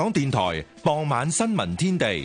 港電台傍晚新聞天地。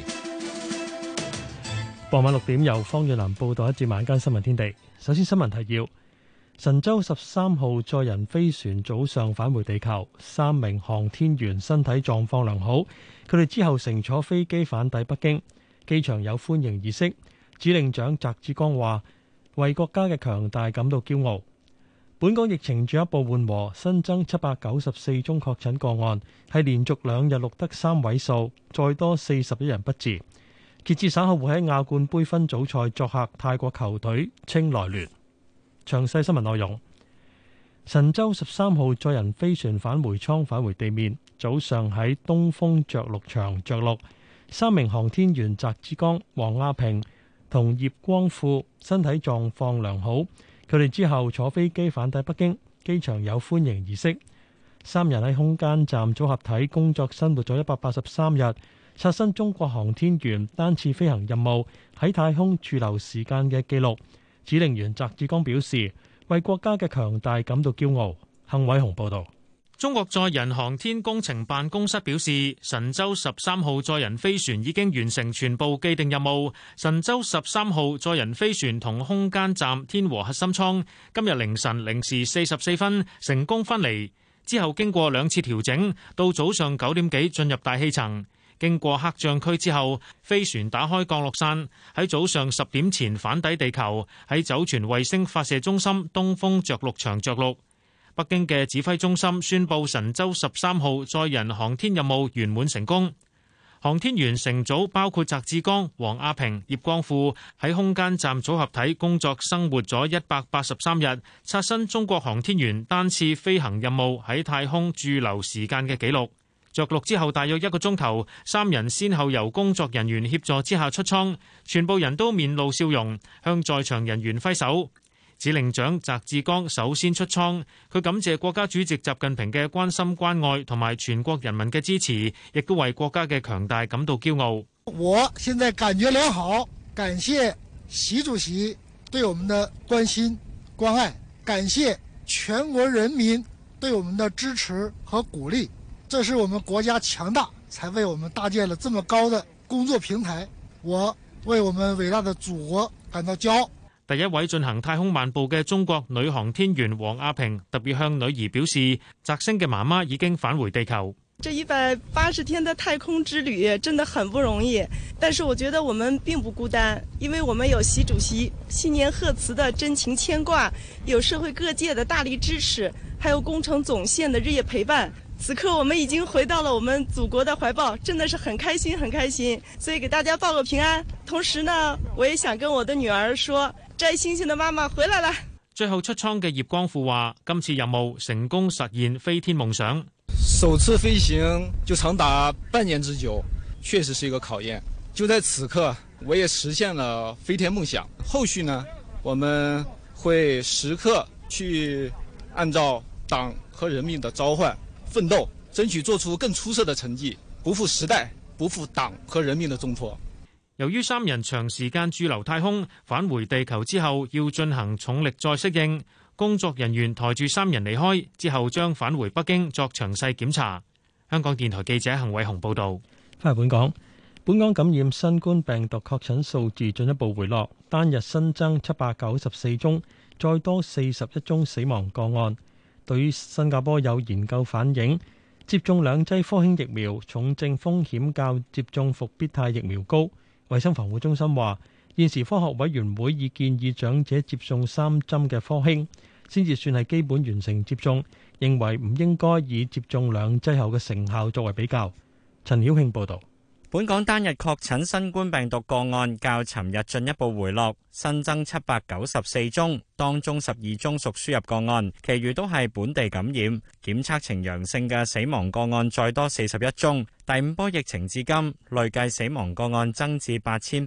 傍晚6點由方遠南報道一節晚間新聞天地。首先新聞提要：神舟13號載人飛船早上返回地球，3名航天員身體狀況良好，佢哋之後乘坐飛機返抵北京，機場有歡迎儀式。指令長翟志剛話：為國家嘅強大感到驕傲。本港疫情進一步緩和，新增794宗確診個案，係連續2日錄得3位數，再多41人不治。截至稍後會喺亞冠盃分組賽作客泰國球隊清萊聯。詳細新聞內容：神舟13號載人飛船返回艙返回地面，早上喺東風着陸場着陸。3名航天員翟志剛、王亞平同葉光富身體狀況良好，佢哋之後坐飛機返抵北京，機場有歡迎儀式。3人喺空間站組合體工作生活咗183日，刷新中國航天員單次飛行任務喺太空駐留時間嘅紀錄。指令員翟志剛表示，為國家嘅強大感到驕傲。幸偉雄報道。 中國載人航天工程辦公室表示，神舟13號載人飛船已經完成全部既定任務。神舟13號載人飛船同空間站天和核心艙今日凌晨0時44分成功分離，之後經過2次調整，到早上9點幾進入大氣層。經過黑障區之後，飛船打開降落傘，喺早上10點前返抵地球，喺酒泉衛星發射中心東風着陸場着陸。北京嘅指揮中心宣布神舟13號載人航天任務圓滿成功。航天員乘組包括翟志剛、王亞平、葉光富，喺空間站組合體工作生活咗183日，刷新中國航天員單次飛行任務喺太空駐留時間嘅紀錄。着陸之後大約1個鐘頭，3人先後由工作人員協助之下出艙，全部人都面露笑容，向在場人員揮手。指令長翟志剛首先出艙，佢感謝國家主席習近平嘅關心關愛同埋全國人民嘅支持，亦都為國家嘅強大感到驕傲。 我現在感覺良好，感謝習主席對我們的關心關愛，感謝全國人民對我們的支持和鼓勵，這是我們國家強大才為我們搭建了這麼高的工作平台，我為我們偉大的祖國感到驕傲。 第一位進行太空漫步嘅中國女航天員王亞平特別向女兒表示，翟星嘅媽媽已經返回地球。 這180天的太空之旅真的很不容易，但是我覺得我們並不孤單，因為我們有習主席新年賀詞的真情牽掛，有社會各界的大力支持，還有工程總線的日夜陪伴。此刻我們已經回到了我們祖國的懷抱，真的是很開心很開心，所以給大家報個平安。同時呢，我也想跟我的女兒說，摘星星的媽媽回來了。 最後出艙嘅葉光富話，今次任務成功實現飛天夢想。 首次飛行就長達半年之久，確實是一個考驗。就在此刻，我也實現了飛天夢想。後續呢，我們會時刻去按照黨和人民的召喚奮鬥，爭取做出更出色的成績，不負時代，不負黨和人民的重託。 由於3人長時間駐留太空，返回地球之後要進行重力再適應，工作人員抬住3人離開，之後將返回北京作詳細檢查。香港電台記者幸偉雄報導。 翻嚟本港感染新冠病毒確診數字進一步回落，單日新增794宗，再多41宗死亡個案。對於新加坡有研究反映，接種2劑科興疫苗重症風險較接種復必泰疫苗高。衛生防護中心話，現時科學委員會已建議長者接種3針嘅科興，先至算係基本完成接種，認為唔應該以接種2劑後嘅成效作為比較。陳曉慶報導。 本港單日確診新冠病毒個案較尋日進一步回落，新增794宗，當中12宗屬輸入個案，其餘都係本地感染。檢測呈陽性嘅死亡個案再多41宗。第5波疫情至今，累計死亡個案增至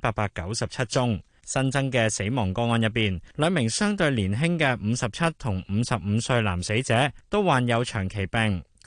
8897宗。新增嘅死亡個案入邊，2名相對年輕嘅57同55歲男死者都患有長期病。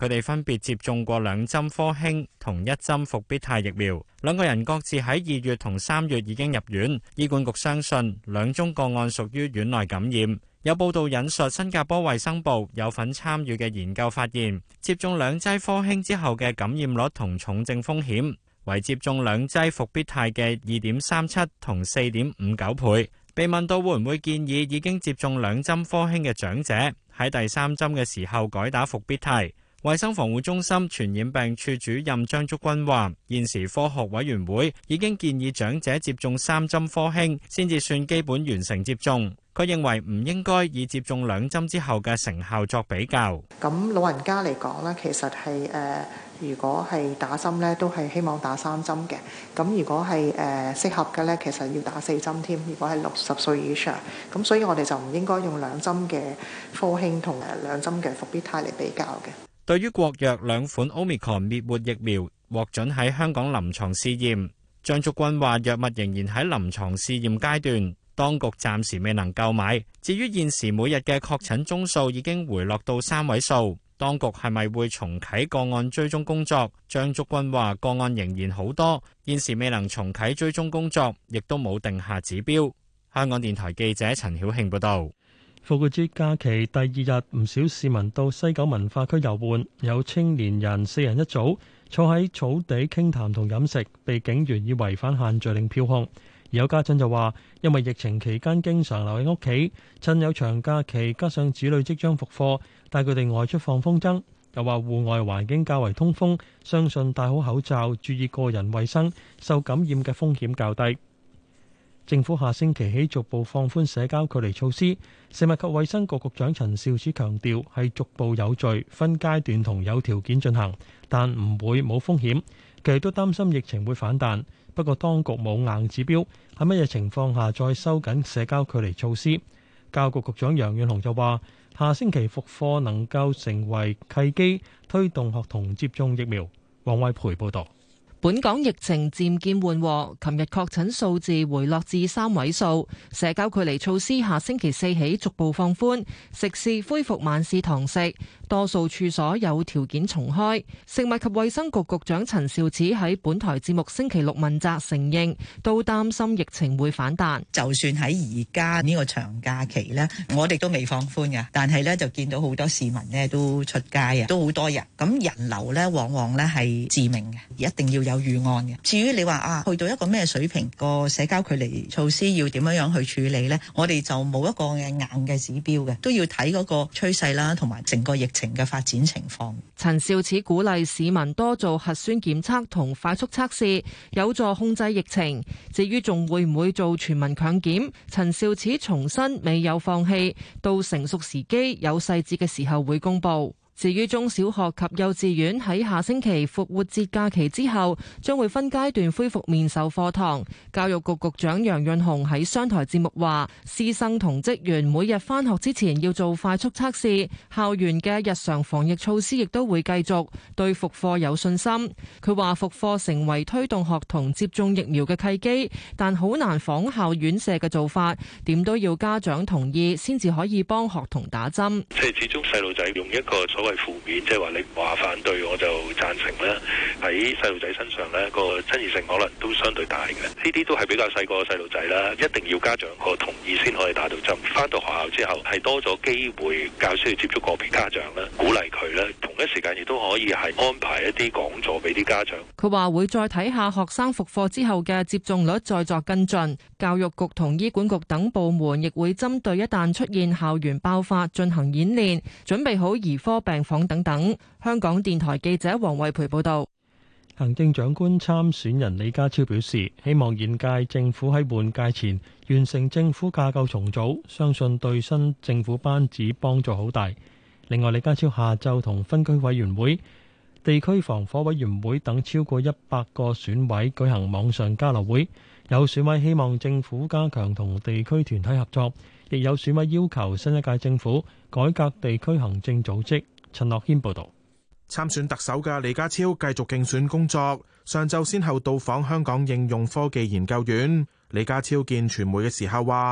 佢哋分別接種過2針科興同1針復必泰疫苗。2個人各自喺2月同3月已經入院。醫管局相信2宗個案屬於院內感染。有報道引述新加坡衛生部有份參與嘅研究發現，接種2劑科興之後嘅感染率同重症風險為接種2劑復必泰嘅2.37同4.59倍。被問到會唔會建議已經接種2針科興嘅長者喺第3針嘅時候改打復必泰，衛生防護中心傳染病處主任張竹君話：現時科學委員會已經建議長者接種3針科興先至算基本完成接種。佢認為唔應該以接種2針之後嘅成效作比較。 咁老人家嚟講呢，其實係如果係打針呢，都係希望打3針嘅。咁如果係適合嘅呢，其實要打4針添。如果係60歲以上，咁所以我哋就唔應該用2針嘅科興同2針嘅復必泰嚟比較嘅。 對於國藥2款 Omicron 滅活疫苗獲准喺香港臨床試驗，張竹君話藥物仍然喺臨床試驗階段。當局暫時未能購買。至於現時每日嘅確診宗數已經回落到3位數，當局係咪會重啟個案追蹤工作？張竹君話個案仍然好多，現時未能重啟追蹤工作，亦都冇定下指標。香港電台記者陳曉慶報導。 復活節假期第2日，唔少市民到西九文化區遊玩，有青年人4人一組坐喺草地傾談同飲食，被警員以違反限聚令票控。而有家長就話，因為疫情期間經常留喺屋企，趁有長假期加上子女即將復課，帶佢哋外出放風箏。又話戶外環境較為通風，相信戴好口罩、注意個人衛生，受感染嘅風險較低。政府下星期起逐步放寬社交距離措施，食物及衛生局局長陳肇始強調係逐步有序、分階段同有條件進行，但唔會冇風險。佢亦都擔心疫情會反彈，不過當局冇硬指標喺乜嘢情況下再收緊社交距離措施。教育局局長楊潤雄就話，下星期復課能夠成為契機，推動學童接種疫苗。黃惠培報導。 本港疫情漸見緩和，琴日確診數字回落至3位數，社交距離措施下星期4起逐步放寬，食肆恢復晚市堂食，多數處所有條件重開。食物及衛生局局長陳肇始喺本台節目星期六問責承認，都擔心疫情會反彈。 就算喺而家呢個長假期呢，我哋都未放寬嘅，但係呢就見到好多市民呢都出街啊，都好多人。咁人流呢往往呢係致命嘅，一定要有預案嘅。至於你話去到一個咩水平，個社交距離措施要點樣去處理呢？我哋就冇一個硬嘅指標嘅，都要睇嗰個趨勢啦，同埋整個疫情嘅發展情況。 陳肇始鼓勵市民多做核酸檢測同快速測試，有助控制疫情。至於仲會唔會做全民強檢，陳肇始重申未有放棄，到成熟時機有細節嘅時候會公佈。至於中小學及幼稚園喺下星期復活節假期之後，將會分階段恢復面授課堂。教育局局長楊潤雄喺商台節目話，師生同職員每日返學之前要做快速測試，校園嘅日常防疫措施亦都會繼續，對復課有信心。佢話復課成為推動學童接種疫苗嘅契機，但好難仿效院舍嘅做法，點都要家長同意先至可以幫學童打針。 即係始終細路仔用一個所謂負面，即係話你話反對我就贊成咧，喺細路仔身上咧個爭議性可能都相對大嘅。呢啲都係比較細個嘅細路仔啦，一定要家長個同意先可以打到針。翻到學校之後係多咗機會教師去接觸個別家長啦，鼓勵佢啦，同一時間亦都可以係安排一啲講座俾啲家長。 佢話會再睇下學生復課之後嘅接種率，再作跟進。教育局同醫管局等部門亦會針對一旦出現校園爆發進行演練，準備好兒科病房等等。香港電台記者黃惠培報道。 行政長官參選人李家超表示，希望現屆政府喺換屆前完成政府架構重組，相信對新政府班子幫助好大。另外，李家超下晝同分區委員會、地區防火委員會等超過100個選委舉行網上交流會，有選委希望政府加強同地區團體合作，亦有選委要求新一屆政府改革地區行政組織。陳樂軒報導。 參選特首嘅李家超繼續競選工作，上晝先後到訪香港應用科技研究院。李家超見傳媒嘅時候話，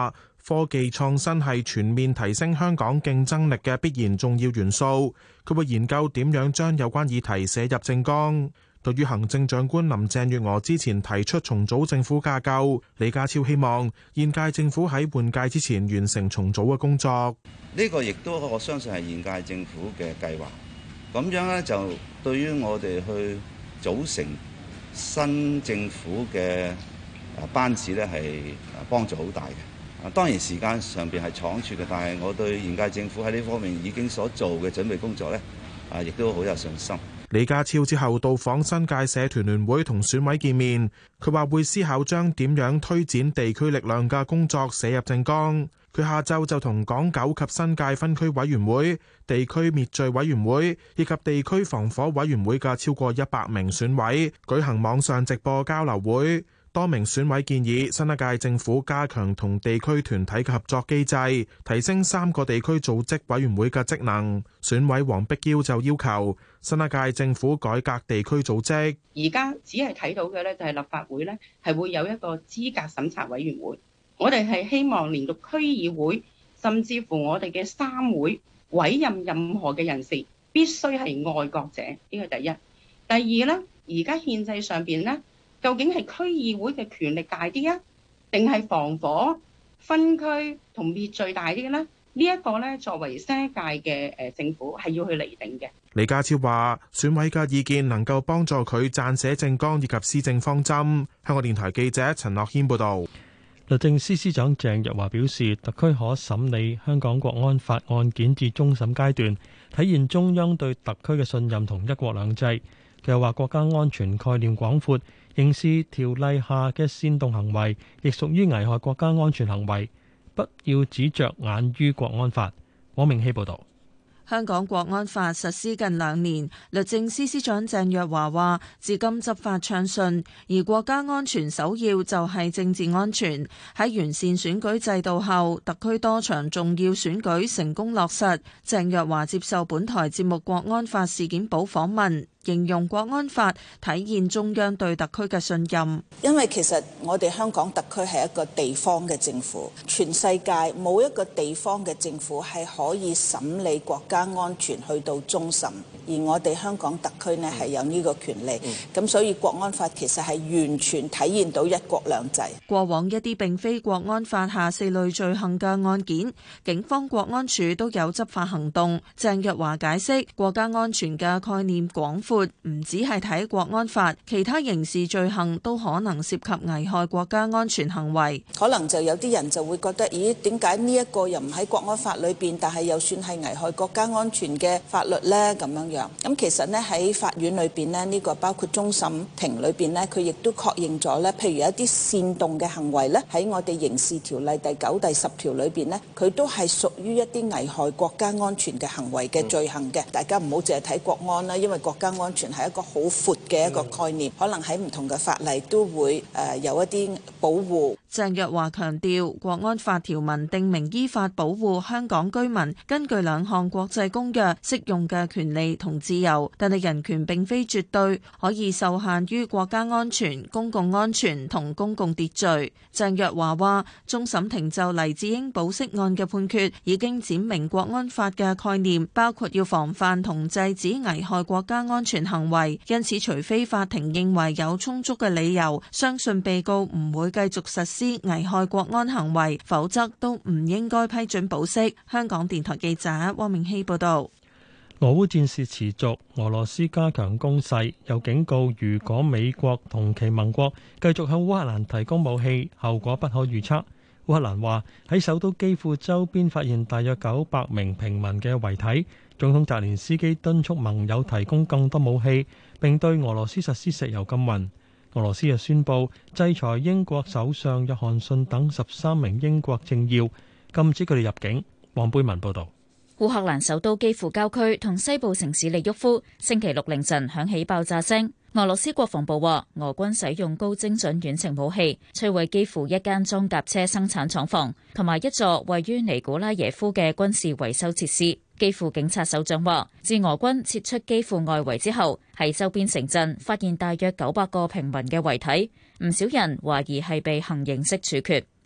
科技創新係全面提升香港競爭力嘅必然重要元素。佢會研究點樣將有關議題寫入政綱。對於行政長官林鄭月娥之前提出重組政府架構，李家超希望現屆政府喺換屆之前完成重組嘅工作。 呢個亦都我相信係現屆政府嘅計劃。咁樣呢，就對於我哋去組成新政府嘅班子呢，係幫助好大嘅。當然時間上邊係倉促嘅，但係我對現屆政府喺呢方面已經所做嘅準備工作呢，亦都好有信心。 李家超之後到訪新界社團聯會同選委見面，佢話會思考將點樣推展地區力量嘅工作寫入政綱。佢下晝就同港九及新界分區委員會、地區滅罪委員會以及地區防火委員會嘅超過100名選委舉行網上直播交流會。多名選委建議新一屆政府加強同地區團體嘅合作機制，提升3個地區組織委員會嘅職能。選委黃碧嬌就要求新一屆政府改革地區組織。 而家只係睇到嘅咧，就係立法會咧係會有一個資格審查委員會。我哋係希望連到區議會，甚至乎我哋嘅3會委任任何嘅人士，必須係愛國者。呢個第一。第二咧，而家憲制上邊咧，究竟係區議會嘅權力大啲啊，定係防火分區同滅罪大啲嘅呢？呢一個呢，作為新一屆嘅政府係要去釐定嘅。 李家超話：選委嘅意見能夠幫助佢撰寫政綱以及施政方針。香港電台記者陳樂軒報導。 律政司司長鄭若驊表示，特區可審理香港國安法案件至終審階段，體現中央對特區嘅信任同一國兩制。佢又話國家安全概念廣闊，刑事條例下嘅煽動行為亦屬於危害國家安全行為，不要只着眼於國安法。汪明希報導。 香港國安法實施近2年，律政司司長鄭若驊話，至今執法暢順，而國家安全首要就係政治安全。喺完善選舉制度後，特區多場重要選舉成功落實。鄭若驊接受本台節目《國安法事件簿》訪問，形容國安法體現中央對特區嘅信任。 因為其實我哋香港特區係一個地方嘅政府，全世界冇一個地方嘅政府係可以審理國家安全去到終審，而我哋香港特區呢係有呢個權利。咁所以國安法其實係完全體現到一國兩制。 過往一啲並非國安法下4類罪行嘅案件，警方國安處都有執法行動。鄭若驊解釋，國家安全嘅概念廣闊，唔只係睇國安法，其他刑事罪行都可能涉及危害國家安全行為。 可能就有啲人就會覺得，咦，點解呢一個又唔喺國安法裏邊，但係又算係危害國家安全嘅法律呢？咁樣。咁其實呢，喺法院裏邊呢，呢個包括終審庭裏邊呢，佢亦都確認咗呢，譬如有一啲煽動嘅行為呢，喺我哋刑事條例第9、第10條裏邊呢，佢都係屬於一啲危害國家安全嘅行為嘅罪行嘅。大家唔好淨係睇國安啦，因為國家安全係一個好闊嘅一個概念，可能喺唔同嘅法例都會有一啲保護。 鄭若驊強調，國安法條文訂明依法保護香港居民根據2項國際公約適用嘅權利同自由，但係人權並非絕對，可以受限於國家安全、公共安全同公共秩序。鄭若驊話，終審庭就黎智英保釋案嘅判決已經闡明國安法嘅概念，包括要防範同制止危害國家安全行為，因此除非法庭認為有充足嘅理由，相信被告唔會繼續實施危害國安行為，否則都唔應該批准保釋。香港電台記者汪明希報道。 俄烏戰事持續，俄羅斯加強攻勢，又警告如果美國同其盟國繼續向烏克蘭提供武器，後果不可預測。烏克蘭話喺首都基輔周邊發現大約900名平民嘅遺體。總統澤連斯基敦促盟友提供更多武器，並對俄羅斯實施石油禁運。俄羅斯又宣布制裁英國首相約翰遜等13名英國政要，禁止佢哋入境。黃貝文報導。 烏克蘭首都基輔郊區同西部城市利沃夫星期六凌晨響起爆炸聲。俄羅斯國防部話，俄軍使用高精準遠程武器摧毀基輔一間裝甲車生產廠房，同埋一座位於尼古拉耶夫嘅軍事維修設施。基輔警察首長話，自俄軍撤出基輔外圍之後，喺周邊城鎮發現大約900個平民嘅遺體，唔少人懷疑係被行刑式處決。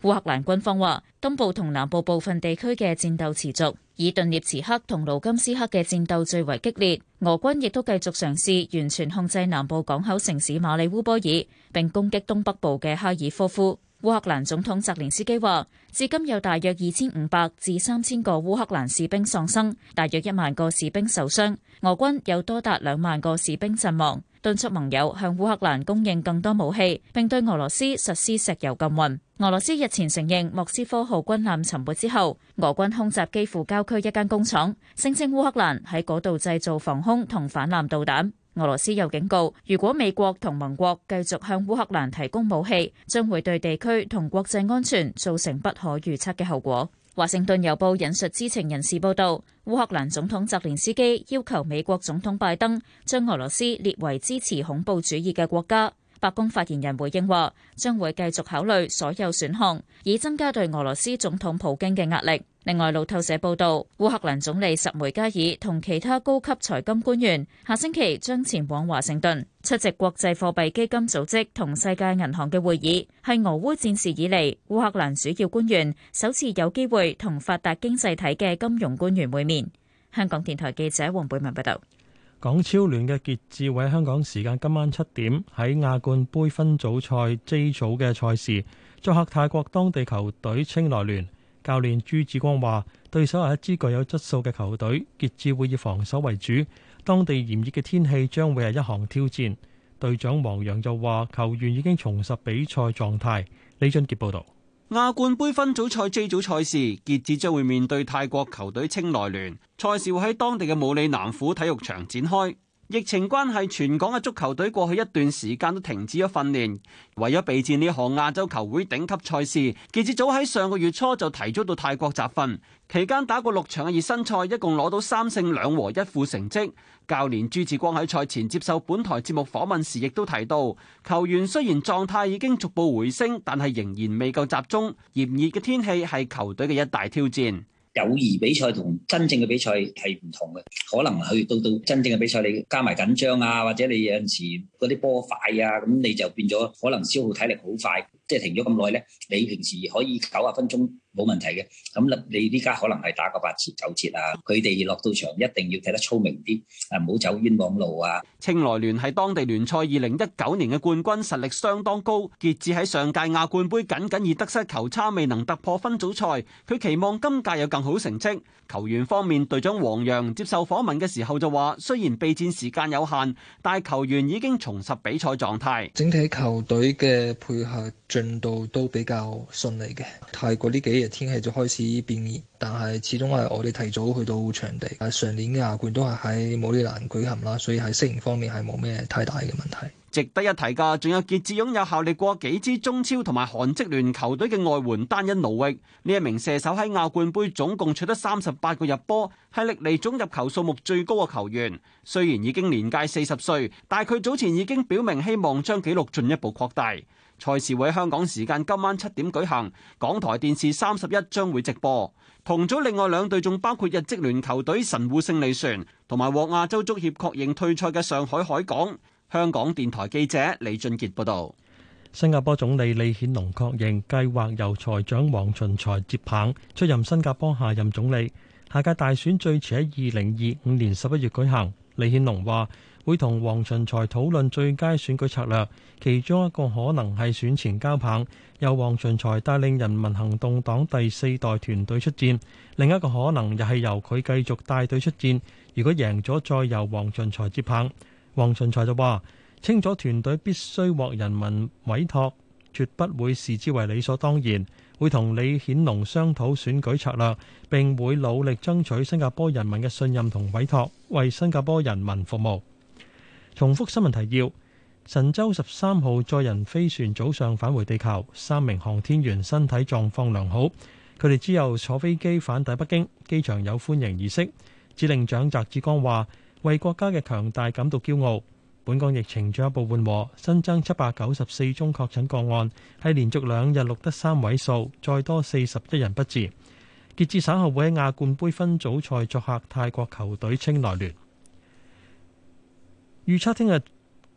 烏克蘭軍方話，東部同南部部分地區嘅戰鬥持續，以頓涅茨克同盧甘斯克嘅戰鬥最為激烈。俄軍亦都繼續嘗試完全控制南部港口城市馬里烏波爾，並攻擊東北部嘅哈爾科夫。烏克蘭總統澤連斯基話，至今有大約2500至3000個烏克蘭士兵喪生，大約1萬個士兵受傷，俄軍有多達2萬個士兵陣亡，敦促盟友向烏克蘭供應更多武器，並對俄羅斯實施石油禁運。俄羅斯日前承認莫斯科號軍艦沉沒之後，俄軍空襲基輔郊區一間工廠，聲稱烏克蘭喺嗰度製造防空同反艦導彈。俄羅斯又警告，如果美國同盟國繼續向烏克蘭提供武器，將會對地區同國際安全造成不可預測嘅後果。華盛頓郵報引述知情人士報道，烏克蘭總統澤連斯基要求美國總統拜登將俄羅斯列為支持恐怖主義嘅國家。白宮發言人回應話，將會繼續考慮所有選項，以增加對俄羅斯總統普京嘅壓力。另外，路透社報道，烏克蘭總理什梅加爾同其他高級財金官員下星期將前往華盛頓出席國際貨幣基金組織同世界銀行嘅會議，係俄烏戰事以嚟烏克蘭主要官員首次有機會同發達經濟體嘅金融官員會面。香港電台記者黃貝文報道。 港超聯嘅傑志會喺香港時間今晚7點喺亞冠杯分組賽 J 組嘅賽事作客泰國當地球隊清萊聯。教練朱志光話：對手係一支具有質素嘅球隊，傑志會以防守為主。當地炎熱嘅天氣將會係一項挑戰。隊長黃洋就話：球員已經重拾比賽狀態。李俊傑報導。 亞冠杯分組賽 J 組賽事，傑志將會面對泰國球隊清萊聯。賽事會喺當地嘅武里南府體育場展開。疫情關係，全港嘅足球隊過去一段時間都停止咗訓練，為咗備戰呢項亞洲球會頂級賽事，傑志早喺上個月初就提早到泰國集訓，期間打過6場嘅熱身賽，一共攞到3勝2和1負成績。教練朱志光喺賽前接受本台節目訪問時，亦都提到，球員雖然狀態已經逐步回升，但係仍然未夠集中，炎熱嘅天氣係球隊嘅一大挑戰。 友誼比賽同真正嘅比賽係唔同嘅，可能去到真正嘅比賽，你加埋緊張啊，或者你有陣時嗰啲波快啊，咁你就變咗可能消耗體力好快，即係停咗咁耐咧，你平時可以90分鐘冇問題嘅，咁你呢家可能係打個8節9節啊，佢哋落到場一定要踢得聰明啲，唔好走冤枉路啊。 清萊聯係當地聯賽2019年嘅冠軍，實力相當高。傑志喺上屆亞冠杯僅僅以得失球差未能突破分組賽，佢期望今屆有更好成績。球員方面，隊長黃洋接受訪問嘅時候就話，雖然備戰時間有限，但係球員已經重拾比賽狀態。 整體球隊嘅配合進度都比較順利嘅。泰國呢幾日天氣就開始變熱，但係始終係我哋提早去到場地。上年嘅亞冠都係喺武里蘭舉行啦，所以喺適應方面係冇咩太大嘅問題。 值得一提嘅，仲有傑志擁有效力過幾支中超同埋韓職聯球隊嘅外援單一奴域。呢一名射手喺亞冠杯總共取得38個入波，係歷嚟總入球數目最高嘅球員。雖然已經年屆40歲，但佢早前已經表明希望將紀錄進一步擴大。賽事會喺香港時間今晚7點舉行，港台電視31將會直播。同組另外2隊仲包括日職聯球隊神戶勝利船同埋獲亞洲足協確認退賽嘅上海海港。香港電台記者李俊傑報導。 新加坡總理李顯龍確認計劃由財長黃循財接棒出任新加坡下任總理。下屆大選最遲喺2025年11月舉行。李顯龍話會同黃循財討論最佳選舉策略，其中一個可能係選前交棒，由黃循財帶領人民行動黨第4代團隊出戰；另一個可能又係由佢繼續帶隊出戰。如果贏咗，再由黃循財接棒。黃循財就話：清楚團隊必須獲人民委託，絕不會視之為理所當然。會同李顯龍商討選舉策略，並會努力爭取新加坡人民嘅信任同委託，為新加坡人民服務。重複新聞提要：神舟13號載人飛船早上返回地球，3名航天員身體狀況良好。佢哋之後坐飛機返抵北京，機場有歡迎儀式。指令長翟志剛話：為國家嘅強大感到驕傲。本港疫情進一步緩和，新增794宗確診個案，係連續2日錄得3位數，再多41人不治。傑志稍後會喺亞冠杯分組賽作客泰國球隊清萊聯。預測聽日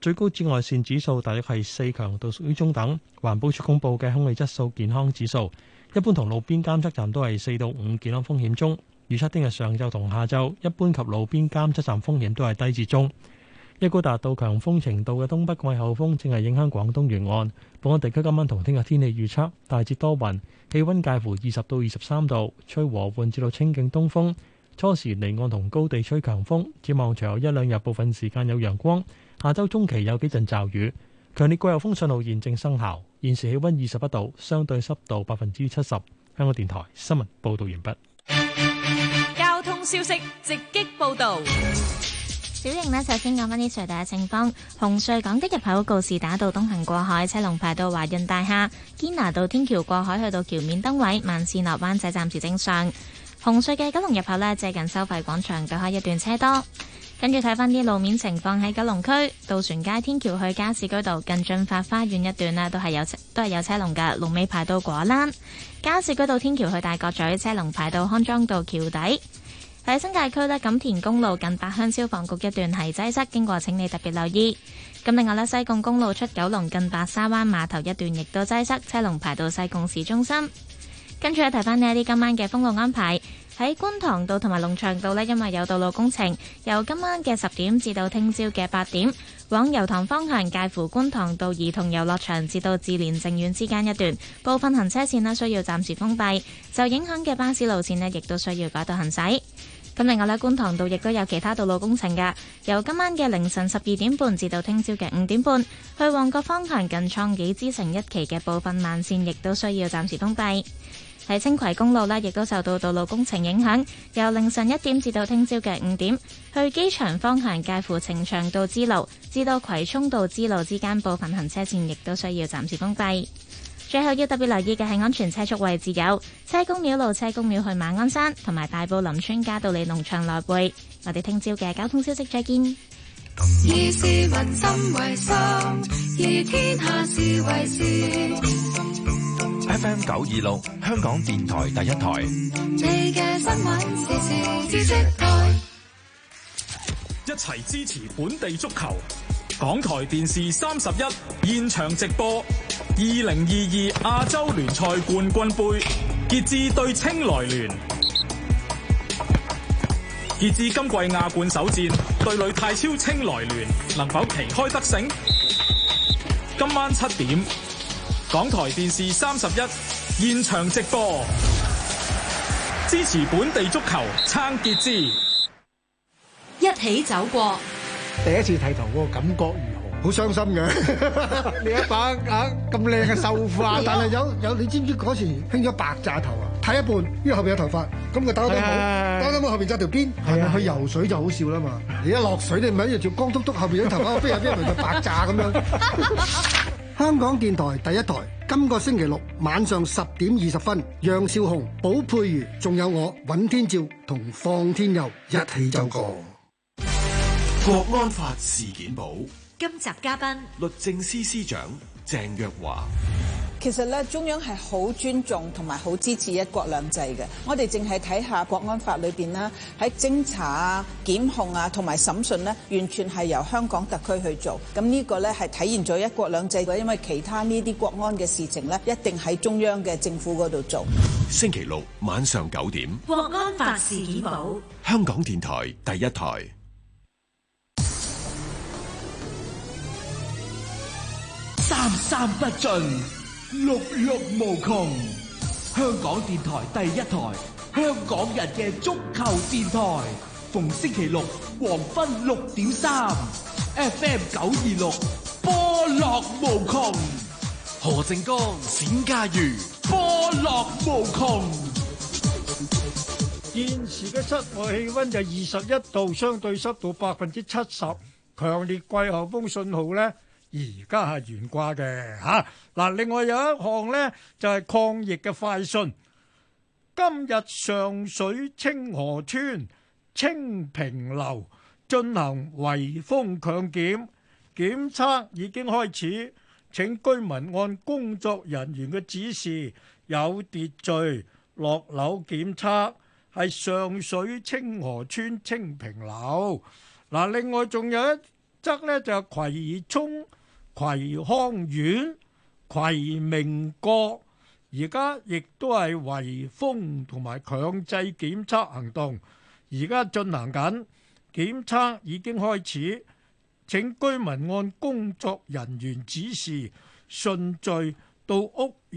最高紫外線指數大約係4，強度屬於中等。環保署公佈嘅空氣質素健康指數，一般同路邊監測站都係4到5，健康風險中。預測聽日上晝同下晝，一般及路邊監測站風險都係低至中。一股達到強風程度嘅東北季候風正係影響廣東沿岸。本港地區今晚同聽日天氣預測大致多雲，氣溫介乎20到23度，吹和緩至到清勁東風。初時離岸同高地吹強風，展望隨後一兩日部分時間有陽光。下週中期有幾陣驟雨。強烈季候風信號現正生效。現時氣溫21度，相對濕度70%。香港電台新聞報道完畢。 交通消息直擊報道。 小型呢，首先講返啲隧道嘅情況。紅隧港的入口告士打道東行過海，車龍排到華潤大廈；堅拿道天橋過海去到橋面燈位，慢線落灣仔暫時正常。紅隧嘅九龍入口呢，接近收費廣場對開一段車多。跟住睇返啲路面情況喺九龍區，渡船街天橋去加士居道近駿發花園一段呢，都係有車龍㗎，龍尾排到果欄。加士居道天橋去大角咀車龍排到康莊道橋底。喺新界區呢，錦田公路近八鄉消防局一段係擠塞，經過請你特別留意。咁另外呢，西貢公路出九龍近白沙灣碼頭一段亦都擠塞，車龍排到西貢市中心。跟住咧，提翻呢一啲今晚嘅封路安排。喺觀塘道同埋龍翔道呢，因為有道路工程，由今晚嘅10點至到聽朝嘅8點，往油塘方向介乎觀塘道兒童遊樂場至到志蓮淨苑之間一段，部分行車線呢需要暫時封閉，受影響嘅巴士路線呢亦都需要改道行駛。咁另外呢，觀塘道亦都有其他道路工程㗎，由今晚嘅凌晨12點半至到聽朝嘅5點半，去旺角方向近創紀之城一期嘅部分慢線亦都需要暫時封閉。喺青葵公路呢，亦都受到道路工程影響，由凌晨1點至到聽朝嘅5點，去機場方向介乎呈祥道支路至到葵涌道支路之間部分行車線亦都需要暫時封閉。最後要特別留意嘅係安全車速位置有車公廟路車公廟去馬鞍山同埋大埔林村嘉道理農場來回。我哋聽朝嘅交通消息再見。 以市民心為心，以天下事為事。 FM 926香港電台第一台。 你嘅新聞時事知識台， 一齊支持本地足球。港台電視31現場直播2022亞洲聯賽冠軍盃，傑志對青來聯。傑志今季亞冠首戰對壘泰超青來聯，能否旗開得勝？今晚7點，港台電視31現場直播，支持本地足球，撐傑志， 一起走過。 第一次剃頭嗰個感覺如何？好傷心嘅。你一把咁靚嘅秀髮，但係有你知唔知嗰時興咗白炸頭啊？剃一半，因為後邊有頭髮，咁佢打得好，打得好後邊紮條辮。係啊，去游水就好笑啦嘛。你一落水你咪一條光禿禿，後邊有頭髮飛入邊咪就白炸咁樣。香港電台第一台，今個星期六晚上10點20分，楊少紅、寶佩如，仲有我尹天照同放天佑一起走過。 國安法事件簿， 今集嘉賓律政司司長鄭若驊。 其實咧，中央係好尊重同埋好支持一國兩制嘅。我哋淨係睇下國安法裏邊啦，喺偵查啊、檢控啊同埋審訊呢，完全係由香港特區去做。咁呢個咧係體現咗一國兩制嘅，因為其他呢啲國安嘅事情呢，一定喺中央嘅政府嗰度做。 星期六晚上9點， 國安法事件簿， 香港電台第一台。 三三不盡，六六無窮。香港電台第一台，香港人嘅足球電台。逢星期六黃昏6點3 ，FM 926，波樂無窮。 何正剛、冼家瑜， 波樂無窮。 現時嘅室外氣溫就21度，相對濕度70%，強烈季候風信號呢，而家係懸掛嘅嚇。嗱，另外有一項呢，就係抗疫嘅快訊。今日上水清河村清平樓進行圍封強檢，檢測已經開始，請居民按工作人員嘅指示有秩序落樓檢測。係上水清河村清平樓。嗱，另外仲有一則呢，就葵涌、葵康苑、葵明閣，而家亦都係圍封同埋強制檢測行動，而家進行緊，檢測已經開始，請居民按工作人員指示順序到屋